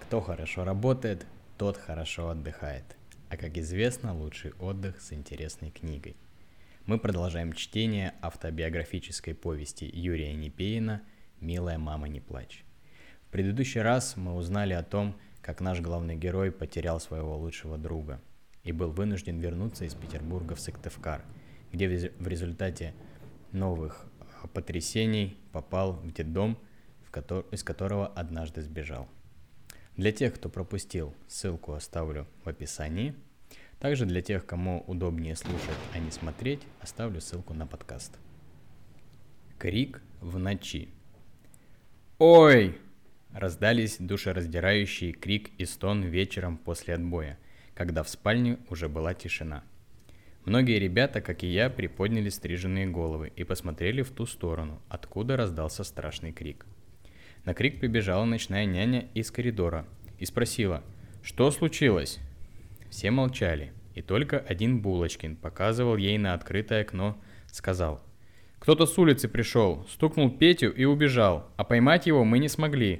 Кто хорошо работает, тот хорошо отдыхает. А как известно, лучший отдых с интересной книгой. Мы продолжаем чтение автобиографической повести Юрия Непеина «Милая мама, не плачь». В предыдущий раз мы узнали о том, как наш главный герой потерял своего лучшего друга и был вынужден вернуться из Петербурга в Сыктывкар, где в результате новых потрясений попал в детдом, из которого однажды сбежал. Для тех, кто пропустил, ссылку оставлю в описании. Также для тех, кому удобнее слушать, а не смотреть, оставлю ссылку на подкаст. Крик в ночи. «Ой!» Раздались душераздирающий крик и стон вечером после отбоя, когда в спальне уже была тишина. Многие ребята, как и я, приподняли стриженные головы и посмотрели в ту сторону, откуда раздался страшный крик. На крик прибежала ночная няня из коридора и спросила, что случилось? Все молчали, и только один Булочкин показывал ей на открытое окно, сказал: «Кто-то с улицы пришел, стукнул Петю и убежал, а поймать его мы не смогли».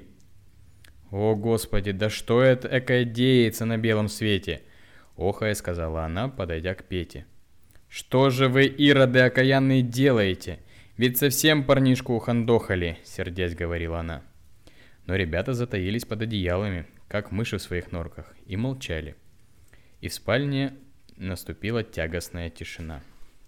«О, Господи, да что это экое деется на белом свете?» — охая сказала она, подойдя к Пете. «Что же вы, ироды окаянные, делаете? Ведь совсем парнишку ухандохали», — сердясь говорила она. Но ребята затаились под одеялами, как мыши в своих норках, и молчали. И в спальне наступила тягостная тишина.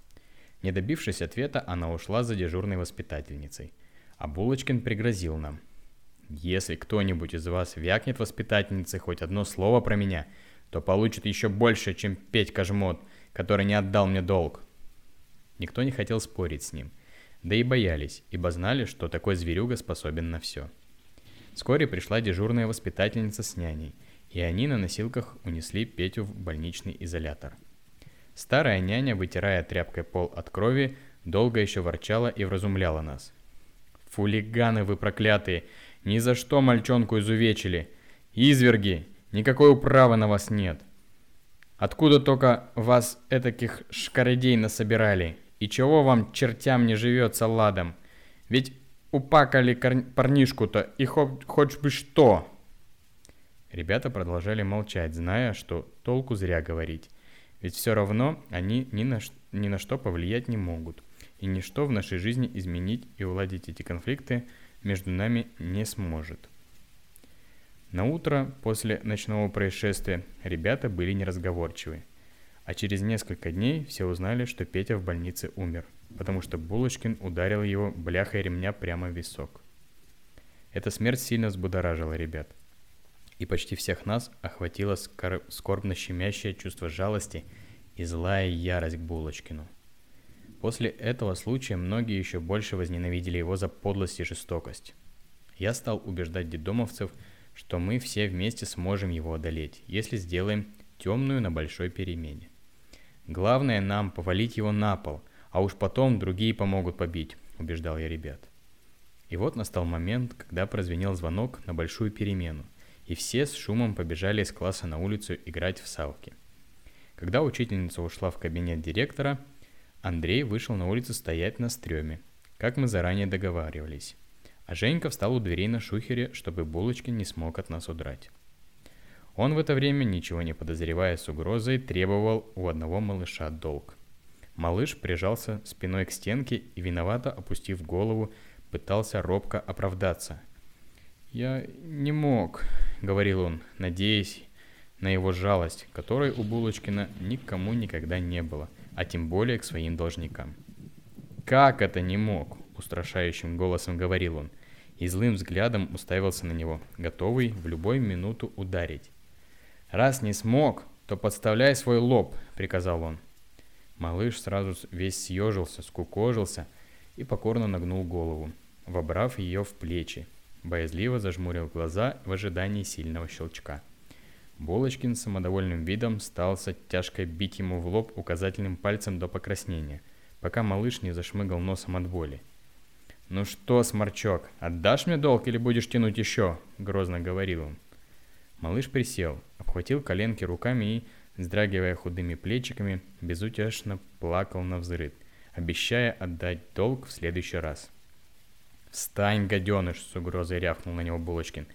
Не добившись ответа, она ушла за дежурной воспитательницей. А Булочкин пригрозил нам: «Если кто-нибудь из вас вякнет воспитательнице хоть одно слово про меня, то получит еще больше, чем Петька Жмот, который не отдал мне долг». Никто не хотел спорить с ним, да и боялись, ибо знали, что такой зверюга способен на все. Вскоре пришла дежурная воспитательница с няней, и они на носилках унесли Петю в больничный изолятор. Старая няня, вытирая тряпкой пол от крови, долго еще ворчала и вразумляла нас. «Фулиганы вы проклятые! Ни за что мальчонку изувечили! Изверги! Никакой управы на вас нет! Откуда только вас этаких шкаридей насобирали? И чего вам, чертям, не живется ладом? Ведь упакали парнишку-то, и хоть бы что!» Ребята продолжали молчать, зная, что толку зря говорить. Ведь все равно они ни на что повлиять не могут. И ничто в нашей жизни изменить и уладить эти конфликты между нами не сможет. На утро после ночного происшествия ребята были неразговорчивы. А через несколько дней все узнали, что Петя в больнице умер, потому что Булочкин ударил его бляхой ремня прямо в висок. Эта смерть сильно взбудоражила ребят. И почти всех нас охватило скорбно щемящее чувство жалости и злая ярость к Булочкину. После этого случая многие еще больше возненавидели его за подлость и жестокость. Я стал убеждать детдомовцев, что мы все вместе сможем его одолеть, если сделаем темную на большой перемене. Главное нам повалить его на пол, а уж потом другие помогут побить, убеждал я ребят. И вот настал момент, когда прозвенел звонок на большую перемену, и все с шумом побежали из класса на улицу играть в салки. Когда учительница ушла в кабинет директора, Андрей вышел на улицу стоять на стреме, как мы заранее договаривались. А Женька встал у дверей на шухере, чтобы Булочкин не смог от нас удрать. Он в это время, ничего не подозревая с угрозой, требовал у одного малыша долг. Малыш прижался спиной к стенке и, виновато опустив голову, пытался робко оправдаться. «Я не мог», — говорил он, надеясь на его жалость, которой у Булочкина никому никогда не было, а тем более к своим должникам. «Как это не мог?» — устрашающим голосом говорил он, и злым взглядом уставился на него, готовый в любую минуту ударить. «Раз не смог, то подставляй свой лоб», — приказал он. Малыш сразу весь съежился, скукожился и покорно нагнул голову, вобрав ее в плечи. Боязливо зажмурил глаза в ожидании сильного щелчка. Булочкин с самодовольным видом стался тяжко бить ему в лоб указательным пальцем до покраснения, пока малыш не зашмыгал носом от боли. «Ну что, сморчок, отдашь мне долг или будешь тянуть еще?» — грозно говорил он. Малыш присел, обхватил коленки руками и, вздрагивая худыми плечиками, безутешно плакал навзрыд, обещая отдать долг в следующий раз. «Встань, гаденыш!» — с угрозой рявкнул на него Булочкин.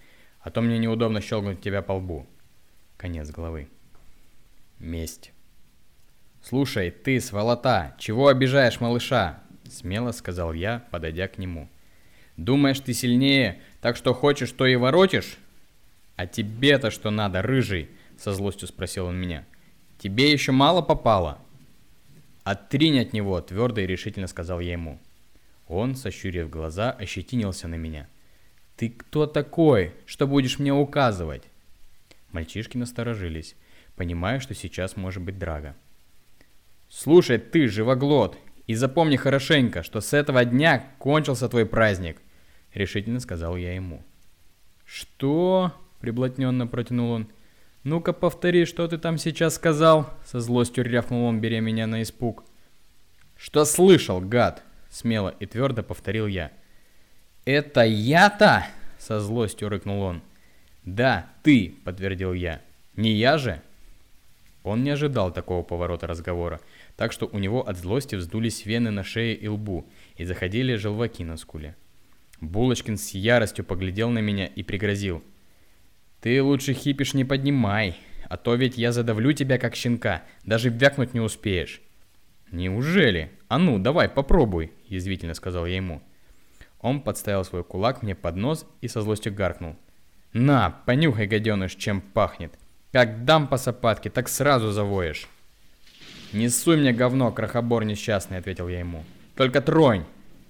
а то мне неудобно щелкнуть тебя по лбу. Конец главы. Месть. «Слушай, ты, сволота, чего обижаешь малыша?» — смело сказал я, подойдя к нему. «Думаешь, ты сильнее, так что хочешь, то и воротишь?» «А тебе-то что надо, рыжий?» — со злостью спросил он меня. «Тебе еще мало попало?» «Оттринь от него!» — твердо и решительно сказал я ему. Он, сощурив глаза, ощетинился на меня. «Ты кто такой? Что будешь мне указывать?» Мальчишки насторожились, понимая, что сейчас может быть драка. «Слушай, ты, живоглот, и запомни хорошенько, что с этого дня кончился твой праздник!» — решительно сказал я ему. «Что?» — приблотненно протянул он. «Ну-ка повтори, что ты там сейчас сказал?» — со злостью рявкнул он, беря меня на испуг. «Что слышал, гад?» — смело и твердо повторил я. «Это я-то?» — со злостью рыкнул он. «Да, ты!» — подтвердил я. «Не я же?» Он не ожидал такого поворота разговора, так что у него от злости вздулись вены на шее и лбу, и заходили желваки на скуле. Булочкин с яростью поглядел на меня и пригрозил. «Ты лучше хипиш не поднимай, а то ведь я задавлю тебя как щенка, даже вякнуть не успеешь». «Неужели? А ну, давай, попробуй», — язвительно сказал я ему. Он подставил свой кулак мне под нос и со злостью гаркнул. «На, понюхай, гаденыш, чем пахнет. Как дам по сапатке, так сразу завоешь». «Не суй мне говно, крохобор несчастный», — ответил я ему. «Только тронь».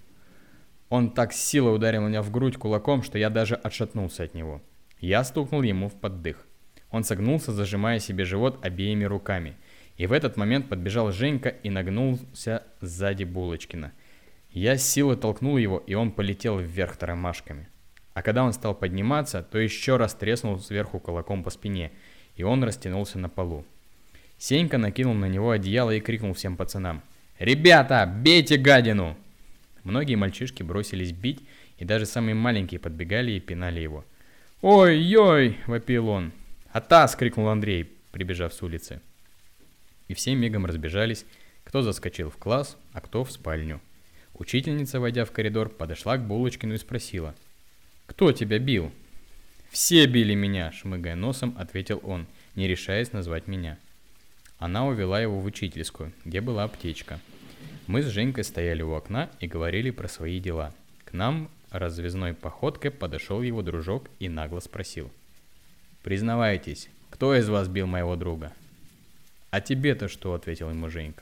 Он так с силой ударил меня в грудь кулаком, что я даже отшатнулся от него. Я стукнул ему в поддых. Он согнулся, зажимая себе живот обеими руками. И в этот момент подбежал Женька и нагнулся сзади Булочкина. Я с силой толкнул его, и он полетел вверх тормашками. А когда он стал подниматься, то еще раз треснул сверху кулаком по спине, и он растянулся на полу. Сенька накинул на него одеяло и крикнул всем пацанам: «Ребята, бейте гадину!» Многие мальчишки бросились бить, и даже самые маленькие подбегали и пинали его. «Ой-ой!» — вопил он. «Атас!» — крикнул Андрей, прибежав с улицы. И все мигом разбежались, кто заскочил в класс, а кто в спальню. Учительница, войдя в коридор, подошла к Булочкину и спросила: «Кто тебя бил?» «Все били меня!» — шмыгая носом, ответил он, не решаясь назвать меня. Она увела его в учительскую, где была аптечка. Мы с Женькой стояли у окна и говорили про свои дела. К нам развязной походкой подошел его дружок и нагло спросил: «Признавайтесь, кто из вас бил моего друга?» «А тебе-то что?» — ответил ему Женька.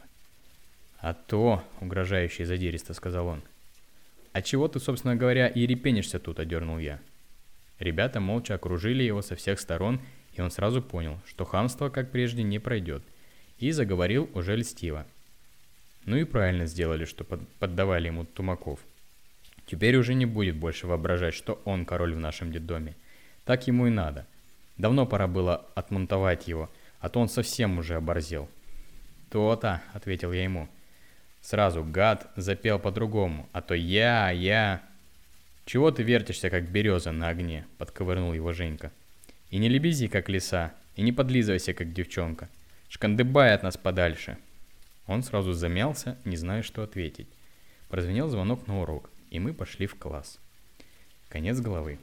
«А то», — угрожающе и задиристо сказал он. «А чего ты, собственно говоря, и репенишься тут?» — одернул я. Ребята молча окружили его со всех сторон, и он сразу понял, что хамство, как прежде, не пройдет, и заговорил уже льстиво. Ну и правильно сделали, что поддавали ему тумаков. Теперь уже не будет больше воображать, что он король в нашем детдоме. Так ему и надо. Давно пора было отмунтовать его, а то он совсем уже оборзел. «То-то», — ответил я ему. Сразу гад запел по-другому, а то я... «Чего ты вертишься, как береза на огне?» — подковырнул его Женька. «И не лебези, как лиса, и не подлизывайся, как девчонка. Шкандыбай от нас подальше». Он сразу замялся, не зная, что ответить. Прозвенел звонок на урок, и мы пошли в класс. Конец главы.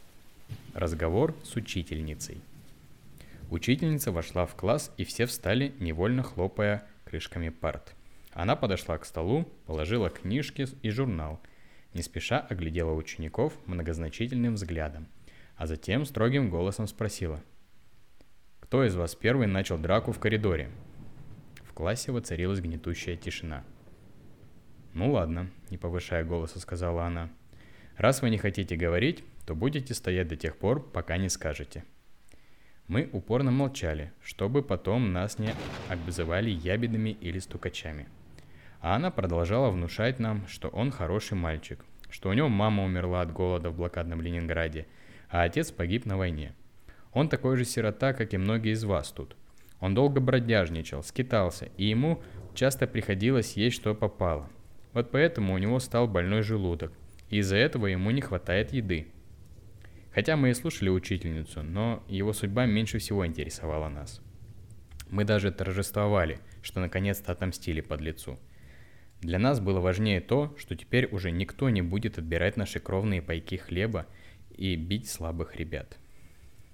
Разговор с учительницей. Учительница вошла в класс, и все встали, невольно хлопая крышками парт. Она подошла к столу, положила книжки и журнал, не спеша оглядела учеников многозначительным взглядом, а затем строгим голосом спросила: «Кто из вас первый начал драку в коридоре?» В классе воцарилась гнетущая тишина. «Ну ладно», — не повышая голоса, сказала она. «Раз вы не хотите говорить, то будете стоять до тех пор, пока не скажете». Мы упорно молчали, чтобы потом нас не обзывали ябедами или стукачами. А она продолжала внушать нам, что он хороший мальчик, что у него мама умерла от голода в блокадном Ленинграде, а отец погиб на войне. Он такой же сирота, как и многие из вас тут. Он долго бродяжничал, скитался, и ему часто приходилось есть, что попало. Вот поэтому у него стал больной желудок, и из-за этого ему не хватает еды. Хотя мы и слушали учительницу, но его судьба меньше всего интересовала нас. Мы даже торжествовали, что наконец-то отомстили подлецу. Для нас было важнее то, что теперь уже никто не будет отбирать наши кровные пайки хлеба и бить слабых ребят.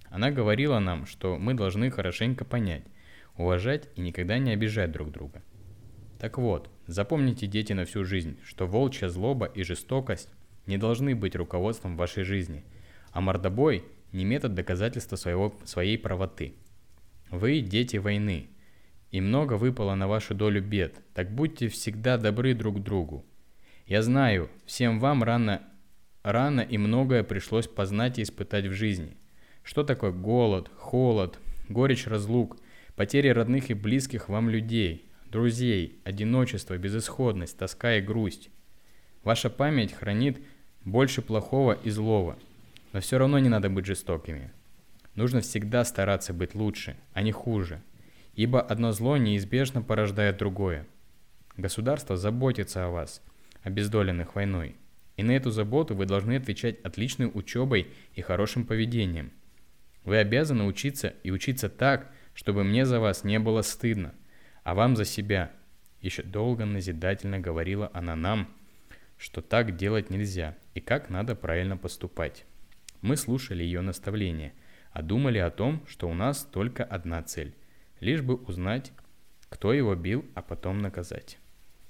Она говорила нам, что мы должны хорошенько понять, уважать и никогда не обижать друг друга. Так вот, запомните, дети, на всю жизнь, что волчья злоба и жестокость не должны быть руководством вашей жизни, а мордобой не метод доказательства своей правоты. Вы дети войны, и много выпало на вашу долю бед, так будьте всегда добры друг к другу. Я знаю, всем вам рано и многое пришлось познать и испытать в жизни. Что такое голод, холод, горечь разлук, потери родных и близких вам людей, друзей, одиночество, безысходность, тоска и грусть. Ваша память хранит больше плохого и злого, но все равно не надо быть жестокими. Нужно всегда стараться быть лучше, а не хуже, ибо одно зло неизбежно порождает другое. Государство заботится о вас, обездоленных войной, и на эту заботу вы должны отвечать отличной учебой и хорошим поведением. Вы обязаны учиться и учиться так, чтобы мне за вас не было стыдно, а вам за себя. Еще долго назидательно говорила она нам, что так делать нельзя и как надо правильно поступать. Мы слушали ее наставления, а думали о том, что у нас только одна цель – лишь бы узнать, кто его бил, а потом наказать.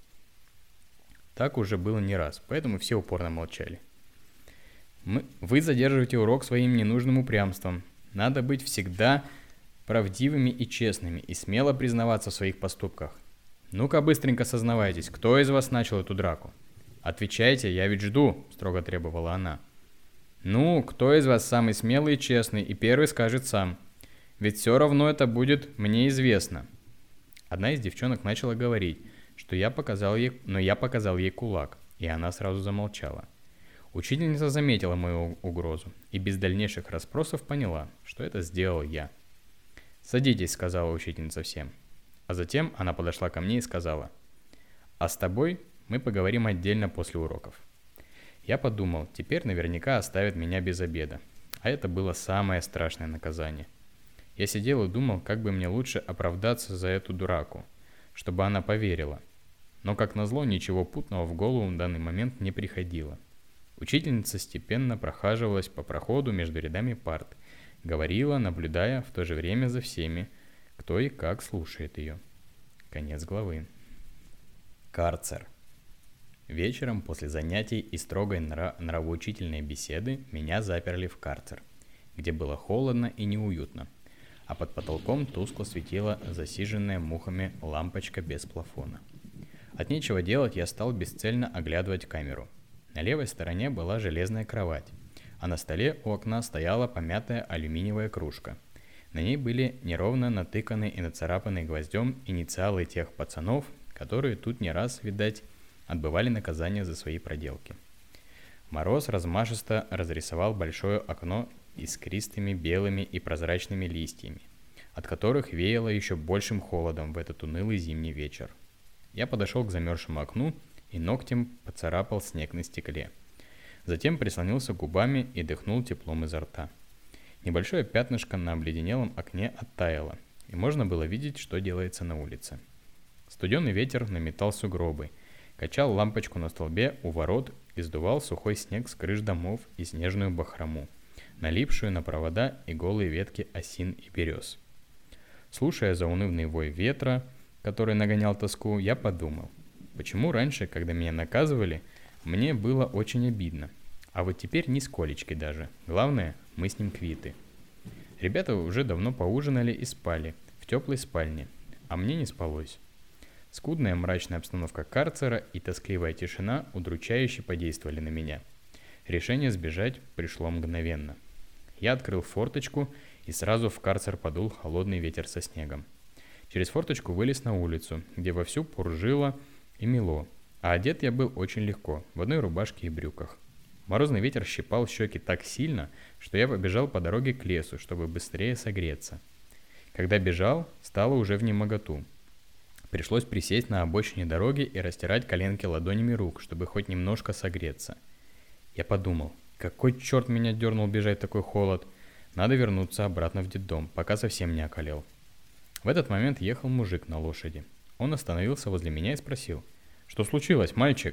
Так уже было не раз, поэтому все упорно молчали. Вы задерживаете урок своим ненужным упрямством. Надо быть всегда правдивыми и честными, и смело признаваться в своих поступках. Ну-ка быстренько сознавайтесь, кто из вас начал эту драку? Отвечайте, я ведь жду, строго требовала она. Ну, кто из вас самый смелый и честный, и первый скажет сам. Ведь все равно это будет мне известно. Одна из девчонок начала говорить, но я показал ей кулак, и она сразу замолчала. Учительница заметила мою угрозу и без дальнейших расспросов поняла, что это сделал я. «Садитесь», — сказала учительница всем. А затем она подошла ко мне и сказала: «А с тобой мы поговорим отдельно после уроков». Я подумал, теперь наверняка оставят меня без обеда. А это было самое страшное наказание. Я сидел и думал, как бы мне лучше оправдаться за эту дураку, чтобы она поверила. Но, как назло, ничего путного в голову в данный момент не приходило. Учительница степенно прохаживалась по проходу между рядами парт, говорила, наблюдая в то же время за всеми, кто и как слушает ее. Конец главы. Карцер. Вечером после занятий и строгой нравоучительной беседы меня заперли в карцер, где было холодно и неуютно, а под потолком тускло светила засиженная мухами лампочка без плафона. От нечего делать я стал бесцельно оглядывать камеру. На левой стороне была железная кровать, а на столе у окна стояла помятая алюминиевая кружка. На ней были неровно натыканы и нацарапаны гвоздем инициалы тех пацанов, которые тут не раз, видать, отбывали наказание за свои проделки. Мороз размашисто разрисовал большое окно искристыми белыми и прозрачными листьями, от которых веяло еще большим холодом в этот унылый зимний вечер. Я подошел к замерзшему окну и ногтем поцарапал снег на стекле. Затем прислонился губами и дыхнул теплом изо рта. Небольшое пятнышко на обледенелом окне оттаяло, и можно было видеть, что делается на улице. Студеный ветер наметал сугробы, качал лампочку на столбе у ворот и сдувал сухой снег с крыш домов и снежную бахрому, налипшую на провода и голые ветки осин и берез. Слушая заунывный вой ветра, который нагонял тоску, я подумал, почему раньше, когда меня наказывали, мне было очень обидно, а вот теперь нисколечки даже. Главное, мы с ним квиты. Ребята уже давно поужинали и спали в теплой спальне, а мне не спалось. Скудная мрачная обстановка карцера и тоскливая тишина удручающе подействовали на меня. Решение сбежать пришло мгновенно. Я открыл форточку, и сразу в карцер подул холодный ветер со снегом. Через форточку вылез на улицу, где вовсю пуржило и мело, а одет я был очень легко, в одной рубашке и брюках. Морозный ветер щипал щеки так сильно, что я побежал по дороге к лесу, чтобы быстрее согреться. Когда бежал, стало уже внемоготу. Пришлось присесть на обочине дороги и растирать коленки ладонями рук, чтобы хоть немножко согреться. Я подумал, какой черт меня дернул бежать такой холод? Надо вернуться обратно в детдом, пока совсем не околел. В этот момент ехал мужик на лошади. Он остановился возле меня и спросил: «Что случилось, мальчик?»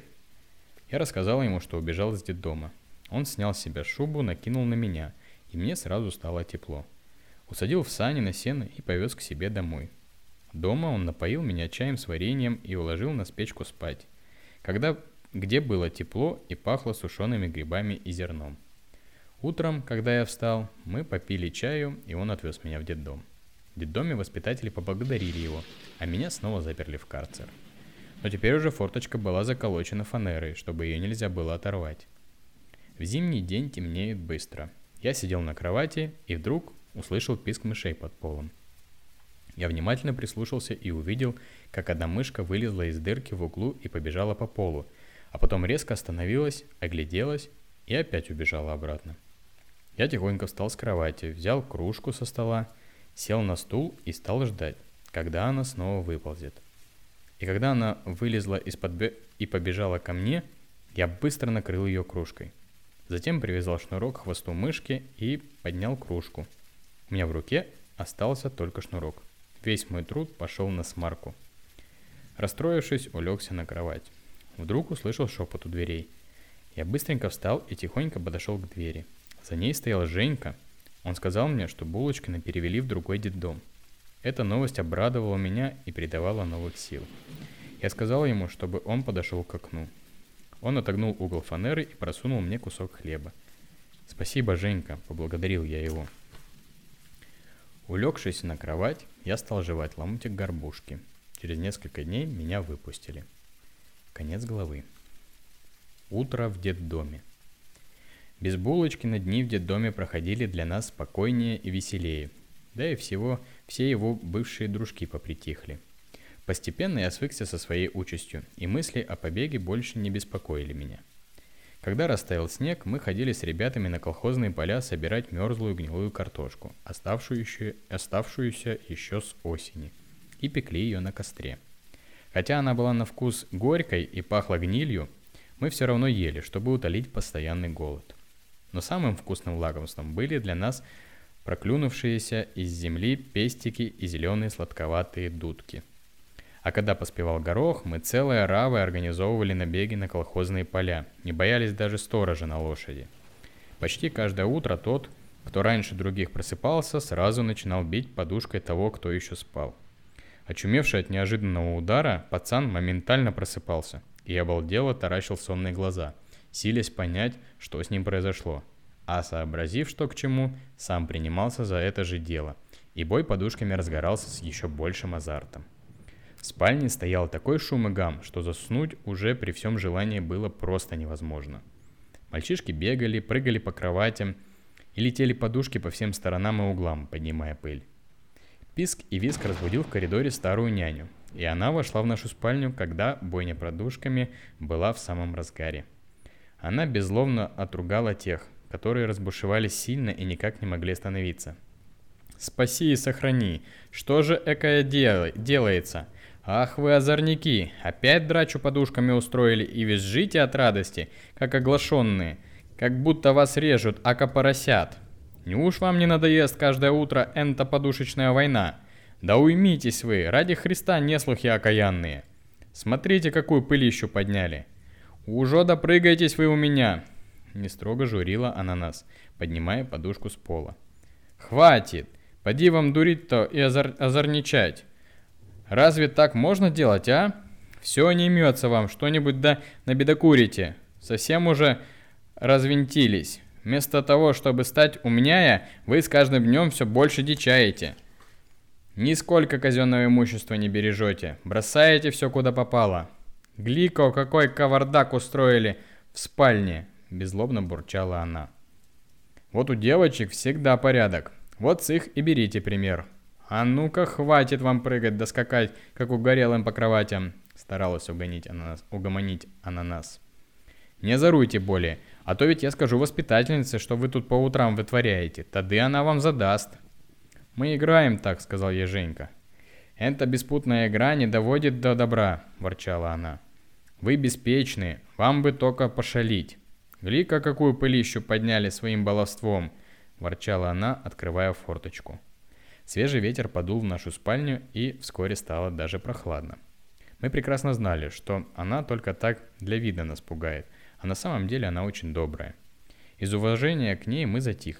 Я рассказал ему, что убежал из детдома. Он снял с себя шубу, накинул на меня, и мне сразу стало тепло. Усадил в сани на сено и повез к себе домой. Дома он напоил меня чаем с вареньем и уложил на печку спать, где было тепло и пахло сушеными грибами и зерном. Утром, когда я встал, мы попили чаю, и он отвез меня в детдом. В детдоме воспитатели поблагодарили его, а меня снова заперли в карцер. Но теперь уже форточка была заколочена фанерой, чтобы ее нельзя было оторвать. В зимний день темнеет быстро. Я сидел на кровати и вдруг услышал писк мышей под полом. Я внимательно прислушался и увидел, как одна мышка вылезла из дырки в углу и побежала по полу, а потом резко остановилась, огляделась и опять убежала обратно. Я тихонько встал с кровати, взял кружку со стола, сел на стул и стал ждать, когда она снова выползет. И когда она вылезла и побежала ко мне, я быстро накрыл ее кружкой. Затем привязал шнурок к хвосту мышки и поднял кружку. У меня в руке остался только шнурок. Весь мой труд пошел на смарку. Расстроившись, улегся на кровать. Вдруг услышал шепот у дверей. Я быстренько встал и тихонько подошел к двери. За ней стоял Женька. Он сказал мне, что Булочкина перевели в другой детдом. Эта новость обрадовала меня и придавала новых сил. Я сказал ему, чтобы он подошел к окну. Он отогнул угол фанеры и просунул мне кусок хлеба. «Спасибо, Женька», — поблагодарил я его. Улегшись на кровать, я стал жевать ломтик горбушки. Через несколько дней меня выпустили. Конец главы. Утро в детдоме. Без Булочкина дни в детдоме проходили для нас спокойнее и веселее. Да и все его бывшие дружки попритихли. Постепенно я свыкся со своей участью, и мысли о побеге больше не беспокоили меня. Когда растаял снег, мы ходили с ребятами на колхозные поля собирать мерзлую гнилую картошку, оставшуюся еще с осени, и пекли ее на костре. Хотя она была на вкус горькой и пахла гнилью, мы все равно ели, чтобы утолить постоянный голод. Но самым вкусным лакомством были для нас проклюнувшиеся из земли пестики и зеленые сладковатые дудки. А когда поспевал горох, мы целые оравы организовывали набеги на колхозные поля, не боялись даже сторожа на лошади. Почти каждое утро тот, кто раньше других просыпался, сразу начинал бить подушкой того, кто еще спал. Очумевший от неожиданного удара, пацан моментально просыпался и обалдело таращил сонные глаза, силясь понять, что с ним произошло. А сообразив, что к чему, сам принимался за это же дело, и бой подушками разгорался с еще большим азартом. В спальне стоял такой шум и гам, что заснуть уже при всем желании было просто невозможно. Мальчишки бегали, прыгали по кроватям и летели подушки по всем сторонам и углам, поднимая пыль. Писк и визг разбудил в коридоре старую няню, и она вошла в нашу спальню, когда бойня подушками была в самом разгаре. Она беззлобно отругала тех, которые разбушевались сильно и никак не могли остановиться. «Спаси и сохрани! Что же экое делается? Ах вы озорники! Опять драчу подушками устроили и визжите от радости, как оглашенные, как будто вас режут, ака поросят! Неуж вам не надоест каждое утро энта подушечная война? Да уймитесь вы, ради Христа неслухи окаянные! Смотрите, какую пылищу подняли! Ужо допрыгаетесь вы у меня!» Не строго журила она нас, поднимая подушку с пола. «Хватит! Поди вам дурить-то и озорничать! Разве так можно делать, а? Все не имется вам, что-нибудь да набедокурите. Совсем уже развинтились. Вместо того, чтобы стать умняя, вы с каждым днем все больше дичаете. Нисколько казенного имущества не бережете, бросаете все куда попало. Глико, какой кавардак устроили в спальне!» Беззлобно бурчала она. «Вот у девочек всегда порядок. Вот с их и берите пример. А ну-ка, хватит вам прыгать да скакать, как угорелым по кроватям!» Старалась угомонить она нас. «Не заруйте более, а то ведь я скажу воспитательнице, что вы тут по утрам вытворяете. Тады она вам задаст». «Мы играем так», — сказал ей Женька. «Эта беспутная игра не доводит до добра», — ворчала она. «Вы беспечные, вам бы только пошалить. Гли-ка, какую пылищу подняли своим баловством», — ворчала она, открывая форточку. Свежий ветер подул в нашу спальню, и вскоре стало даже прохладно. Мы прекрасно знали, что она только так для вида нас пугает, а на самом деле она очень добрая. Из уважения к ней мы затихли.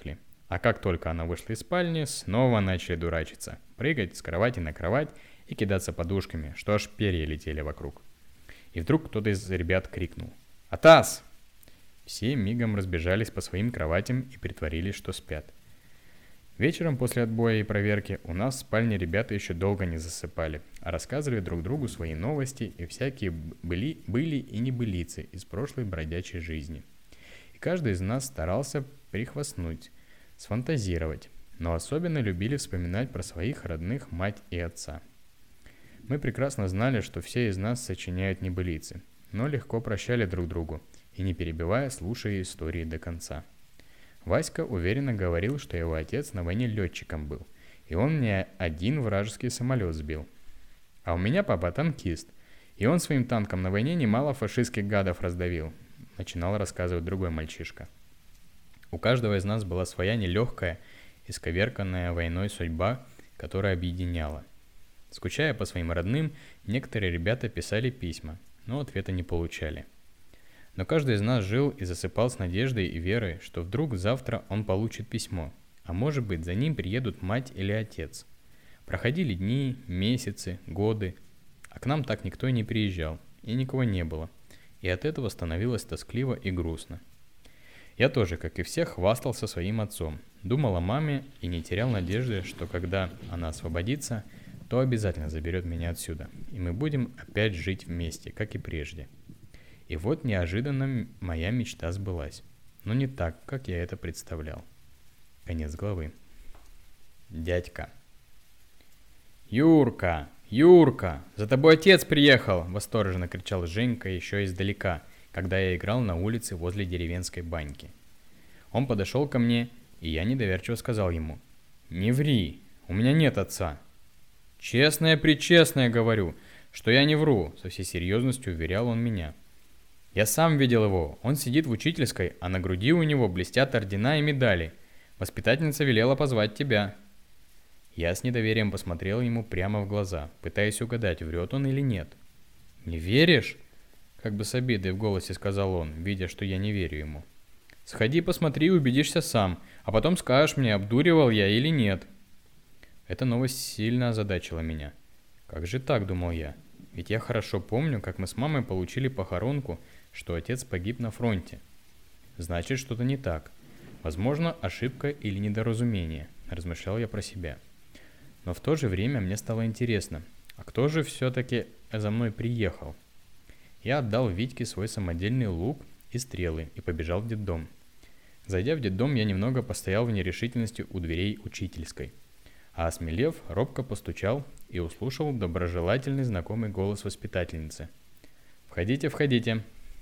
А как только она вышла из спальни, снова начали дурачиться, прыгать с кровати на кровать и кидаться подушками, что аж перья летели вокруг. И вдруг кто-то из ребят крикнул: «Атас!» Все мигом разбежались по своим кроватям и притворились, что спят. Вечером после отбоя и проверки у нас в спальне ребята еще долго не засыпали, а рассказывали друг другу свои новости и всякие были и небылицы из прошлой бродячей жизни. И каждый из нас старался прихвастнуть, сфантазировать, но особенно любили вспоминать про своих родных мать и отца. Мы прекрасно знали, что все из нас сочиняют небылицы, но легко прощали друг другу и, не перебивая, слушая истории до конца. Васька уверенно говорил, что его отец на войне летчиком был, и он не один вражеский самолет сбил. А у меня папа танкист, и он своим танком на войне немало фашистских гадов раздавил, начинал рассказывать другой мальчишка. У каждого из нас была своя нелегкая, исковерканная войной судьба, которая объединяла. Скучая по своим родным, некоторые ребята писали письма, но ответа не получали. Но каждый из нас жил и засыпал с надеждой и верой, что вдруг завтра он получит письмо, а может быть за ним приедут мать или отец. Проходили дни, месяцы, годы, а к нам так никто и не приезжал, и никого не было, и от этого становилось тоскливо и грустно. Я тоже, как и все, хвастался своим отцом, думал о маме и не терял надежды, что когда она освободится, то обязательно заберет меня отсюда, и мы будем опять жить вместе, как и прежде. И вот неожиданно моя мечта сбылась, но не так, как я это представлял. Конец главы. Дядька. «Юрка! Юрка! За тобой отец приехал!» — восторженно кричал Женька еще издалека, когда я играл на улице возле деревенской баньки. Он подошел ко мне, и я недоверчиво сказал ему: «Не ври, у меня нет отца». «Честное-пречестное говорю, что я не вру», — со всей серьезностью уверял он меня. «Я сам видел его, он сидит в учительской, а на груди у него блестят ордена и медали. Воспитательница велела позвать тебя». Я с недоверием посмотрел ему прямо в глаза, пытаясь угадать, врет он или нет. «Не веришь?» — как бы с обидой в голосе сказал он, видя, что я не верю ему. «Сходи посмотри и убедишься сам, а потом скажешь мне, обдуривал я или нет». Эта новость сильно озадачила меня. Как же так, думал я, ведь я хорошо помню, как мы с мамой получили похоронку, что отец погиб на фронте. Значит, что-то не так. Возможно, ошибка или недоразумение, размышлял я про себя. Но в то же время мне стало интересно, а кто же все-таки за мной приехал? Я отдал Витьке свой самодельный лук и стрелы и побежал в детдом. Зайдя в детдом, я немного постоял в нерешительности у дверей учительской. А осмелев, робко постучал и услышал доброжелательный знакомый голос воспитательницы. «Входите, входите!»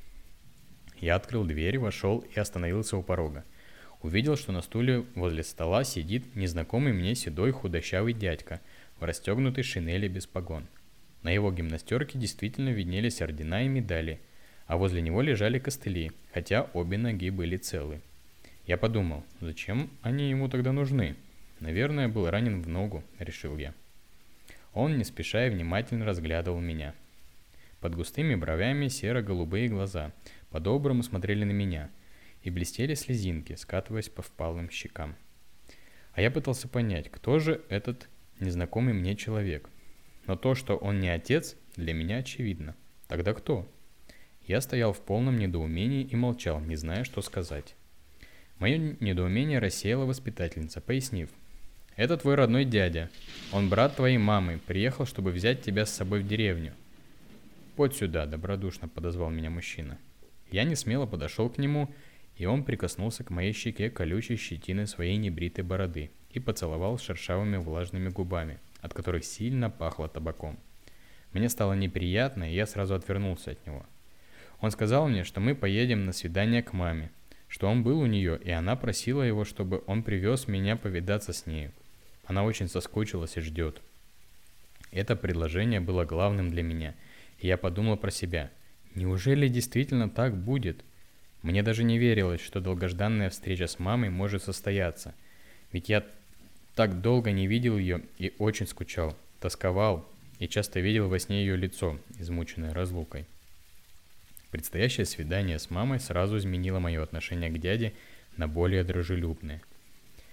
Я открыл дверь, вошел и остановился у порога. Увидел, что на стуле возле стола сидит незнакомый мне седой худощавый дядька в расстегнутой шинели без погон. На его гимнастерке действительно виднелись ордена и медали, а возле него лежали костыли, хотя обе ноги были целы. Я подумал, зачем они ему тогда нужны? Наверное, был ранен в ногу, решил я. Он, не спеша и внимательно разглядывал меня. Под густыми бровями серо-голубые глаза по-доброму смотрели на меня, и блестели слезинки, скатываясь по впалым щекам. А я пытался понять, кто же этот незнакомый мне человек. Но то, что он не отец, для меня очевидно. Тогда кто? Я стоял в полном недоумении и молчал, не зная, что сказать. Мое недоумение рассеяла воспитательница, пояснив: «Это твой родной дядя. Он брат твоей мамы, приехал, чтобы взять тебя с собой в деревню». «Подь сюда», — добродушно подозвал меня мужчина. Я несмело подошел к нему, и он прикоснулся к моей щеке колючей щетиной своей небритой бороды и поцеловал шершавыми влажными губами, от которых сильно пахло табаком. Мне стало неприятно, и я сразу отвернулся от него. Он сказал мне, что мы поедем на свидание к маме, что он был у нее, и она просила его, чтобы он привез меня повидаться с нею. Она очень соскучилась и ждет. Это предложение было главным для меня, и я подумал про себя: неужели действительно так будет? Мне даже не верилось, что долгожданная встреча с мамой может состояться, ведь я так долго не видел ее и очень скучал, тосковал и часто видел во сне ее лицо, измученное разлукой. Предстоящее свидание с мамой сразу изменило мое отношение к дяде на более дружелюбное.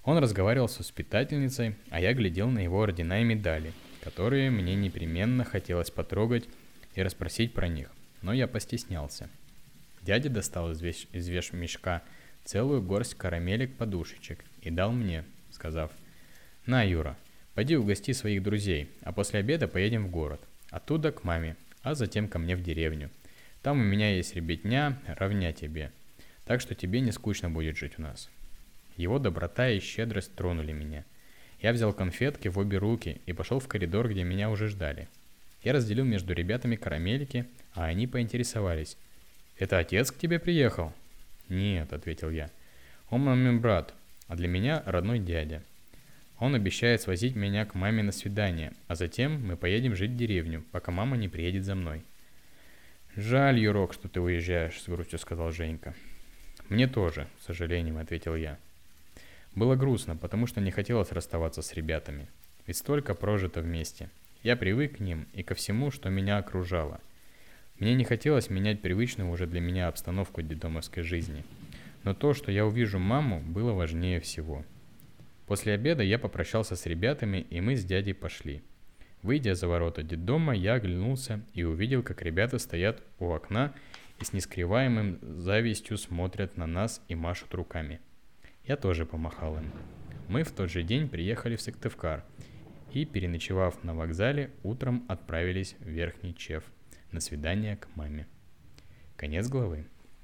Он разговаривал с воспитательницей, а я глядел на его ордена и медали, которые мне непременно хотелось потрогать и расспросить про них, но я постеснялся. Дядя достал из вешмешка целую горсть карамелек-подушечек и дал мне, сказав: «На, Юра, пойди угости своих друзей, а после обеда поедем в город, оттуда к маме, а затем ко мне в деревню. Там у меня есть ребятня, равня тебе, так что тебе не скучно будет жить у нас». Его доброта и щедрость тронули меня. Я взял конфетки в обе руки и пошел в коридор, где меня уже ждали. Я разделил между ребятами карамельки, а они поинтересовались: «Это отец к тебе приехал?» «Нет», — ответил я. «Он мамин брат, а для меня родной дядя. Он обещает свозить меня к маме на свидание, а затем мы поедем жить в деревню, пока мама не приедет за мной». «Жаль, Юрок, что ты уезжаешь», — с грустью сказал Женька. «Мне тоже», — с сожалением ответил я. Было грустно, потому что не хотелось расставаться с ребятами. Ведь столько прожито вместе. Я привык к ним и ко всему, что меня окружало. Мне не хотелось менять привычную уже для меня обстановку детдомовской жизни. Но то, что я увижу маму, было важнее всего. После обеда я попрощался с ребятами, и мы с дядей пошли. Выйдя за ворота детдома, я оглянулся и увидел, как ребята стоят у окна и с нескрываемым завистью смотрят на нас и машут руками. Я тоже помахал им. Мы в тот же день приехали в Сыктывкар и, переночевав на вокзале, утром отправились в Верхний Чеф на свидание к маме. Конец главы.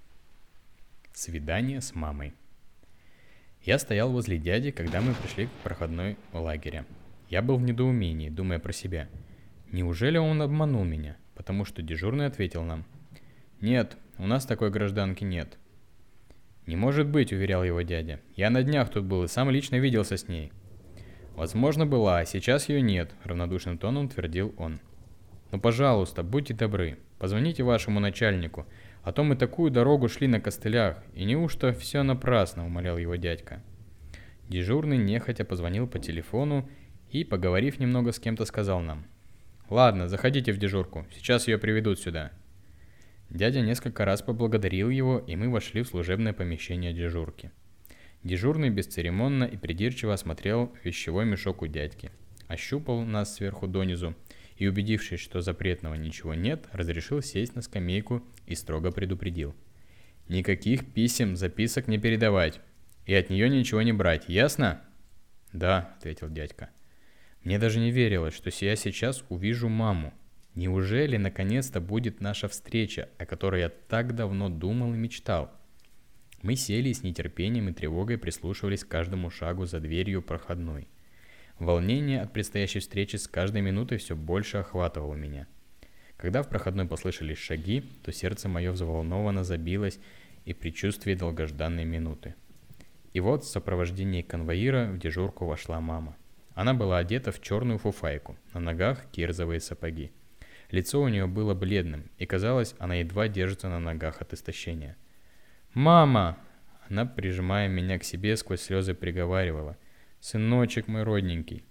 Свидание с мамой. Я стоял возле дяди, когда мы пришли к проходной лагеря. Я был в недоумении, думая про себя. Неужели он обманул меня? Потому что дежурный ответил нам: «Нет, у нас такой гражданки нет». «Не может быть», — уверял его дядя. «Я на днях тут был и сам лично виделся с ней». «Возможно, была, а сейчас ее нет», — равнодушным тоном твердил он. «Ну, пожалуйста, будьте добры, позвоните вашему начальнику, а то мы такую дорогу шли на костылях, и неужто все напрасно», — умолял его дядька. Дежурный нехотя позвонил по телефону и, поговорив немного с кем-то, сказал нам: «Ладно, заходите в дежурку, сейчас ее приведут сюда». Дядя несколько раз поблагодарил его, и мы вошли в служебное помещение дежурки. Дежурный бесцеремонно и придирчиво осмотрел вещевой мешок у дядьки, ощупал нас сверху донизу и, убедившись, что запретного ничего нет, разрешил сесть на скамейку и строго предупредил: «Никаких писем, записок не передавать, и от нее ничего не брать, ясно?» «Да», — ответил дядька. Мне даже не верилось, что я сейчас увижу маму. Неужели наконец-то будет наша встреча, о которой я так давно думал и мечтал? Мы сели и с нетерпением и тревогой прислушивались к каждому шагу за дверью проходной. Волнение от предстоящей встречи с каждой минутой все больше охватывало меня. Когда в проходной послышались шаги, то сердце мое взволнованно забилось и предчувствие долгожданной минуты. И вот в сопровождении конвоира в дежурку вошла мама. Она была одета в черную фуфайку, на ногах кирзовые сапоги. Лицо у нее было бледным, и казалось, она едва держится на ногах от истощения. «Мама!» Она, прижимая меня к себе, сквозь слезы приговаривала: «Сыночек мой родненький!»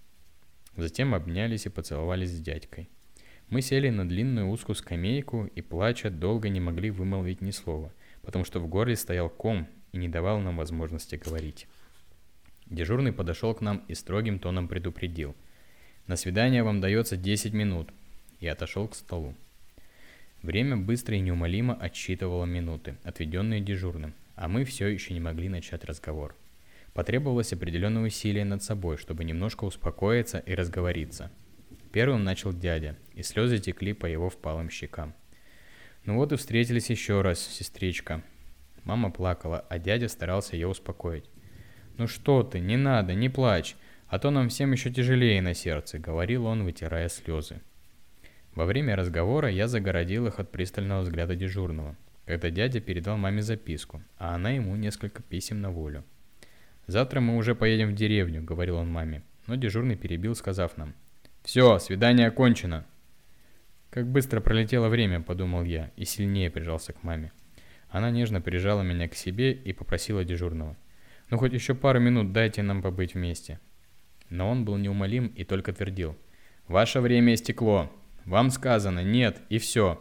Затем обнялись и поцеловались с дядькой. Мы сели на длинную узкую скамейку и, плача, долго не могли вымолвить ни слова, потому что в горле стоял ком и не давал нам возможности говорить. Дежурный подошел к нам и строгим тоном предупредил: «На свидание вам дается 10 минут», и отошел к столу. Время быстро и неумолимо отсчитывало минуты, отведенные дежурным, а мы все еще не могли начать разговор. Потребовалось определенное усилие над собой, чтобы немножко успокоиться и разговориться. Первым начал дядя, и слезы текли по его впалым щекам. «Ну вот и встретились еще раз, сестричка». Мама плакала, а дядя старался ее успокоить. «Ну что ты, не надо, не плачь, а то нам всем еще тяжелее на сердце», — говорил он, вытирая слезы. Во время разговора я загородил их от пристального взгляда дежурного, когда дядя передал маме записку, а она ему несколько писем на волю. «Завтра мы уже поедем в деревню», — говорил он маме, но дежурный перебил, сказав нам: «Все, свидание окончено». «Как быстро пролетело время», — подумал я, и сильнее прижался к маме. Она нежно прижала меня к себе и попросила дежурного: «Ну хоть еще пару минут дайте нам побыть вместе». Но он был неумолим и только твердил: «Ваше время истекло. Вам сказано нет, и все.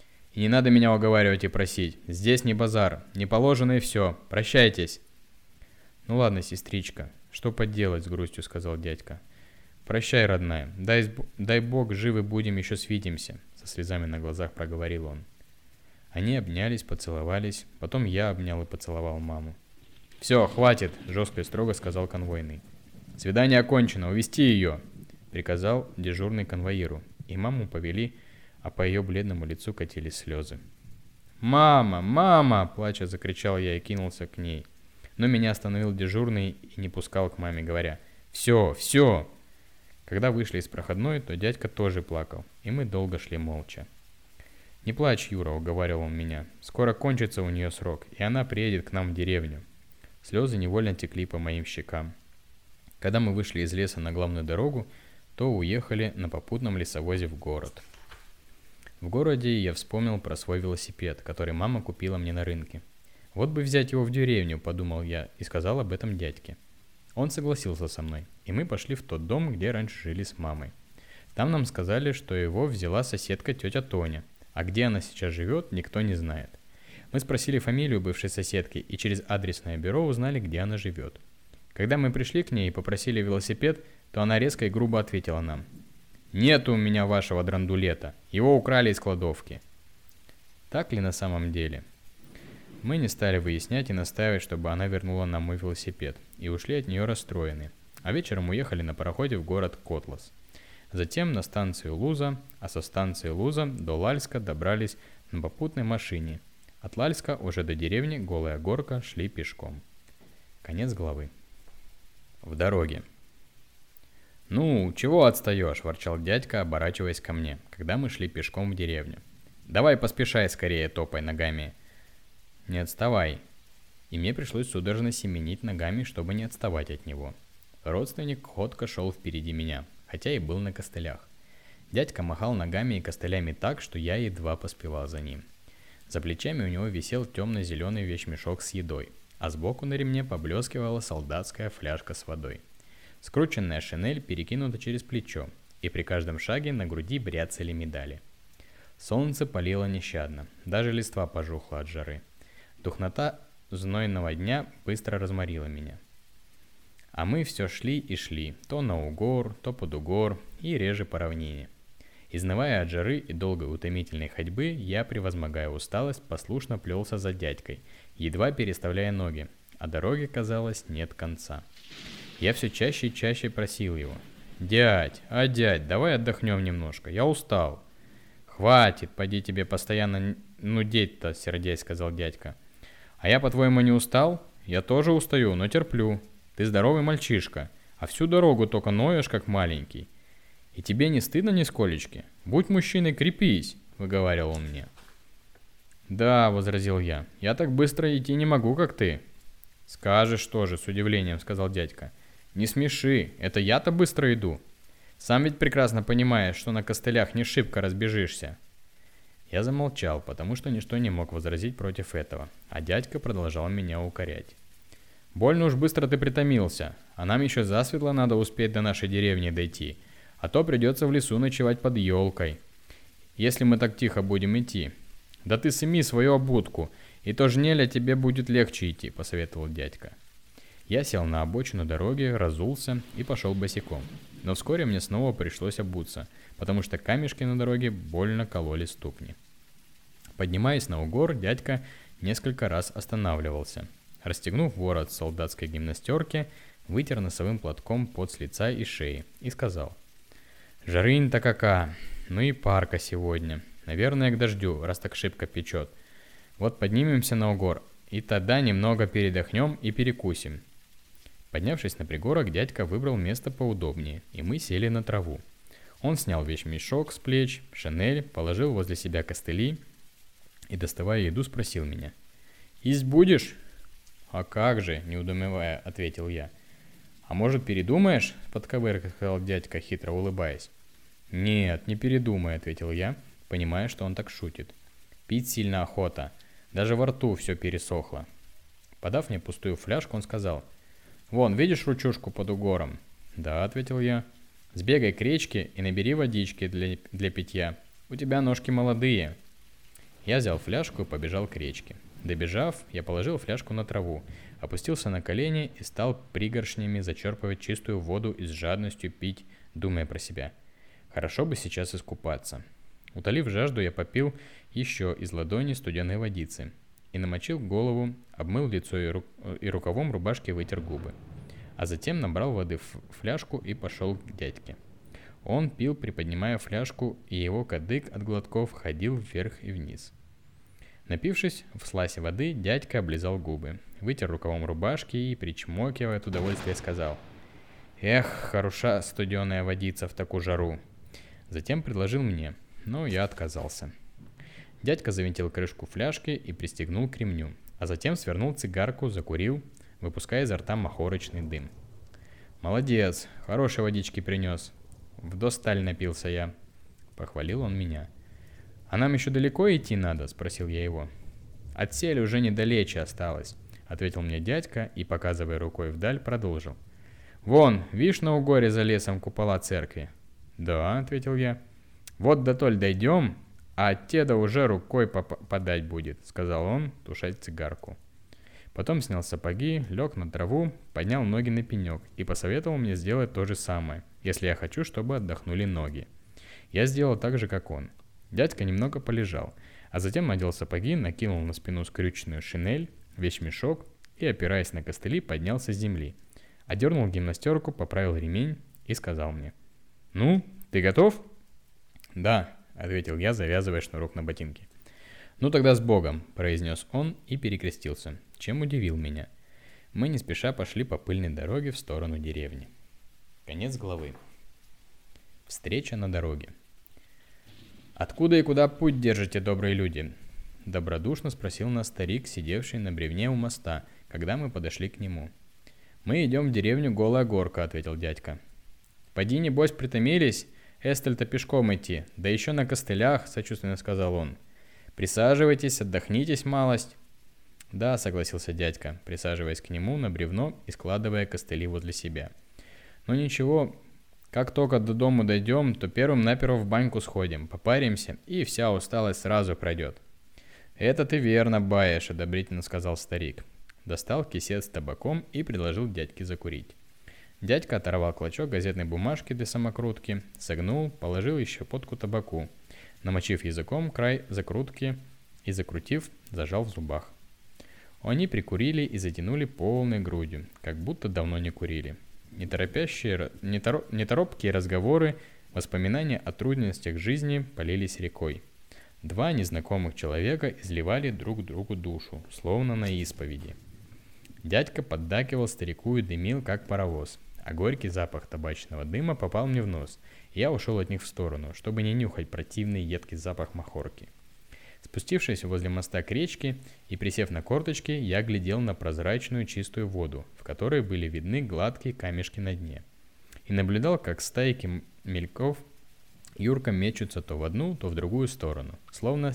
И не надо меня уговаривать и просить. Здесь не базар, не положено и все. Прощайтесь». «Ну ладно, сестричка», «Что поделать?» — с грустью сказал дядька. «Прощай, родная, дай Бог, живы будем, еще свидимся», — со слезами на глазах проговорил он. Они обнялись, поцеловались, потом я обнял и поцеловал маму. «Все, хватит!» — жестко и строго сказал конвойный. «Свидание окончено, увести ее!» — приказал дежурный конвоиру, и маму повели, а по ее бледному лицу катились слезы. «Мама! Мама!» — плача закричал я и кинулся к ней. Но меня остановил дежурный и не пускал к маме, говоря: «Все, все!» Когда вышли из проходной, то дядька тоже плакал, и мы долго шли молча. «Не плачь, Юра», — уговаривал он меня. «Скоро кончится у нее срок, и она приедет к нам в деревню». Слезы невольно текли по моим щекам. Когда мы вышли из леса на главную дорогу, то уехали на попутном лесовозе в город. В городе я вспомнил про свой велосипед, который мама купила мне на рынке. «Вот бы взять его в деревню», — подумал я и сказал об этом дядьке. Он согласился со мной, и мы пошли в тот дом, где раньше жили с мамой. Там нам сказали, что его взяла соседка тетя Тоня, а где она сейчас живет, никто не знает. Мы спросили фамилию бывшей соседки и через адресное бюро узнали, где она живет. Когда мы пришли к ней и попросили велосипед, то она резко и грубо ответила нам: «Нету у меня вашего драндулета, его украли из кладовки». Так ли на самом деле? Мы не стали выяснять и настаивать, чтобы она вернула нам мой велосипед, и ушли от нее расстроенные, а вечером уехали на пароходе в город Котлас. Затем на станцию Луза, а со станции Луза до Лальска добрались на попутной машине. От Лальска уже до деревни Голая Горка шли пешком. Конец главы. В дороге. «Ну, чего отстаешь?» – ворчал дядька, оборачиваясь ко мне, когда мы шли пешком в деревню. «Давай поспешай скорее, топай ногами». «Не отставай». И мне пришлось судорожно семенить ногами, чтобы не отставать от него. Родственник ходко шел впереди меня, хотя и был на костылях. Дядька махал ногами и костылями так, что я едва поспевал за ним. За плечами у него висел темно-зеленый вещмешок с едой, а сбоку на ремне поблескивала солдатская фляжка с водой. Скрученная шинель перекинута через плечо, и при каждом шаге на груди бряцали медали. Солнце палило нещадно, даже листва пожухла от жары. Духнота знойного дня быстро разморила меня. А мы все шли и шли, то на угор, то под угор, и реже по равнине. Изнывая от жары и долгой утомительной ходьбы, я, превозмогая усталость, послушно плелся за дядькой, едва переставляя ноги, а дороги, казалось, нет конца. Я все чаще и чаще просил его: «Дядь, давай отдохнем немножко, я устал». «Хватит, поди тебе постоянно нудеть-то», — сердясь сказал дядька. «А я, по-твоему, не устал? Я тоже устаю, но терплю. Ты здоровый мальчишка, а всю дорогу только ноешь, как маленький. И тебе не стыдно нисколечки? Будь мужчиной, крепись», — выговаривал он мне. «Да», — возразил я, — «я так быстро идти не могу, как ты». «Скажешь тоже», — с удивлением сказал дядька. «Не смеши, это я-то быстро иду. Сам ведь прекрасно понимаешь, что на костылях не шибко разбежишься». Я замолчал, потому что ничто не мог возразить против этого, а дядька продолжал меня укорять. «Больно уж быстро ты притомился, а нам еще засветло надо успеть до нашей деревни дойти, а то придется в лесу ночевать под елкой, если мы так тихо будем идти. Да ты сними свою обутку, и то жнеля тебе будет легче идти», — посоветовал дядька. Я сел на обочину дороги, разулся и пошел босиком, но вскоре мне снова пришлось обуться, потому что камешки на дороге больно кололи ступни. Поднимаясь на угор, дядька несколько раз останавливался. Расстегнув ворот солдатской гимнастерки, вытер носовым платком пот с лица и шеи и сказал: «Жарынь-то кака! Ну и парка сегодня. Наверное, к дождю, раз так шибко печет. Вот поднимемся на угор, и тогда немного передохнем и перекусим». Поднявшись на пригорок, дядька выбрал место поудобнее, и мы сели на траву. Он снял вещмешок с плеч, шинель, положил возле себя костыли и, доставая еду, спросил меня: «Есть будешь?» «А как же», — неудумевая, ответил я. «А может, передумаешь?» — подковыркой сказал дядька, хитро улыбаясь. «Нет, не передумай», — ответил я, понимая, что он так шутит. «Пить сильно охота, даже во рту все пересохло». Подав мне пустую фляжку, он сказал: «Вон, видишь ручушку под угором?» «Да», — ответил я. «Сбегай к речке и набери водички для питья. У тебя ножки молодые». Я взял фляжку и побежал к речке. Добежав, я положил фляжку на траву, опустился на колени и стал пригоршнями зачерпывать чистую воду и с жадностью пить, думая про себя. Хорошо бы сейчас искупаться. Утолив жажду, я попил еще из ладони студеной водицы и намочил голову, обмыл лицо и рукавом рубашки вытер губы. А затем набрал воды в фляжку и пошел к дядьке. Он пил, приподнимая фляжку, и его кадык от глотков ходил вверх и вниз. Напившись в сласе воды, дядька облизал губы, вытер рукавом рубашки и, причмокивая от удовольствия, сказал: «Эх, хороша студеная водица в такую жару!» Затем предложил мне, но я отказался. Дядька завинтил крышку фляжки и пристегнул к ремню, а затем свернул цигарку, закурил, выпуская изо рта махорочный дым. «Молодец, хорошей водички принес. Вдосталь напился я», — похвалил он меня. «А нам еще далеко идти надо?» — спросил я его. «От сели уже недалече осталось», — ответил мне дядька и, показывая рукой вдаль, продолжил. «Вон, видишь, на угоре за лесом купола церкви?» «Да», — ответил я. «Вот дотоль дойдем, а от теда уже рукой подать будет», — сказал он, тушать цигарку. Потом снял сапоги, лег на траву, поднял ноги на пенек и посоветовал мне сделать то же самое, если я хочу, чтобы отдохнули ноги. Я сделал так же, как он. Дядька немного полежал, а затем надел сапоги, накинул на спину скрюченную шинель, вещмешок и, опираясь на костыли, поднялся с земли. Одернул гимнастерку, поправил ремень и сказал мне: «Ну, ты готов?» «Да», — ответил я, завязывая шнурок на ботинке. «Ну тогда с Богом», — произнес он и перекрестился, чем удивил меня. Мы не спеша пошли по пыльной дороге в сторону деревни. Конец главы. Встреча на дороге. «Откуда и куда путь держите, добрые люди?» — добродушно спросил нас старик, сидевший на бревне у моста, когда мы подошли к нему. «Мы идем в деревню Голая Горка», — ответил дядька. «Поди, небось, притомились? Эстель-то пешком идти, да еще на костылях», — сочувственно сказал он. «Присаживайтесь, отдохнитесь малость». «Да», — согласился дядька, присаживаясь к нему на бревно и складывая костыли возле себя. «Ну ничего, как только до дому дойдем, то первым-наперво в баньку сходим, попаримся, и вся усталость сразу пройдет». «Это ты верно баешь», — одобрительно сказал старик. Достал кисет с табаком и предложил дядьке закурить. Дядька оторвал клочок газетной бумажки для самокрутки, согнул, положил еще щепотку табаку, намочив языком край закрутки и, закрутив, зажал в зубах. Они прикурили и затянули полной грудью, как будто давно не курили. Неторопкие разговоры, воспоминания о трудностях жизни полились рекой. Два незнакомых человека изливали друг другу душу, словно на исповеди. Дядька поддакивал старику и дымил, как паровоз, а горький запах табачного дыма попал мне в нос, и я ушел от них в сторону, чтобы не нюхать противный едкий запах махорки. Спустившись возле моста к речке и присев на корточки, я глядел на прозрачную чистую воду, в которой были видны гладкие камешки на дне, и наблюдал, как стайки мельков юрком мечутся то в одну, то в другую сторону, словно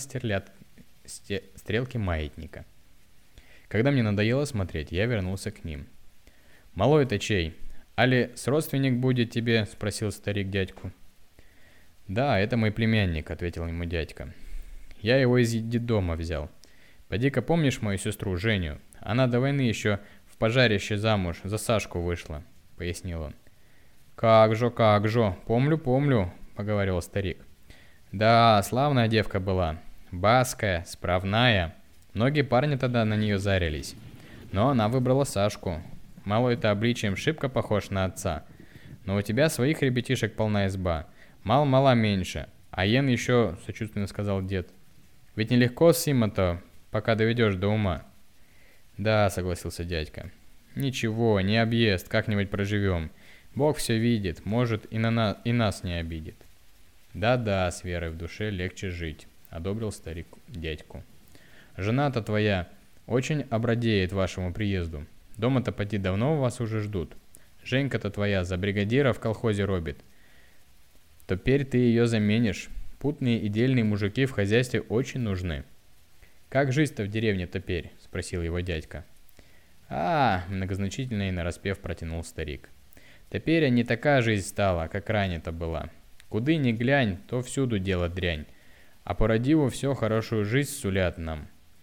стрелки маятника. Когда мне надоело смотреть, я вернулся к ним. «Малой-то чей? Али с родственник будет тебе?» — спросил старик дядьку. «Да, это мой племянник», — ответил ему дядька. «Я его из детдома взял. Поди-ка помнишь мою сестру Женю? Она до войны еще в пожарище замуж за Сашку вышла», — пояснил он. «Как же, помню», — поговорил старик. «Да, славная девка была, баская, справная. Многие парни тогда на нее зарились. Но она выбрала Сашку. Малой-то обличием шибко похож на отца. Но у тебя своих ребятишек полна изба. Мало меньше. А ен еще, сочувственно сказал дед. Ведь нелегко Сима-то, пока доведешь до ума». «Да», — согласился дядька. «Ничего, не объезд, как-нибудь проживем. Бог все видит, может и нас не обидит». «Да-да, с верой в душе легче жить», — одобрил старик дядьку. «Жена-то твоя очень обрадеет вашему приезду. Дома-то поди давно вас уже ждут. Женька-то твоя за бригадира в колхозе робит. Теперь ты ее заменишь. Путные и дельные мужики в хозяйстве очень нужны». «Как жизнь-то в деревне теперь?» — спросил его дядька. Многозначительно и нараспев протянул старик. «Теперь не такая жизнь стала, как ранее-то была. Куды ни глянь, то всюду дело дрянь. А по родиву все хорошую жизнь сулят нам.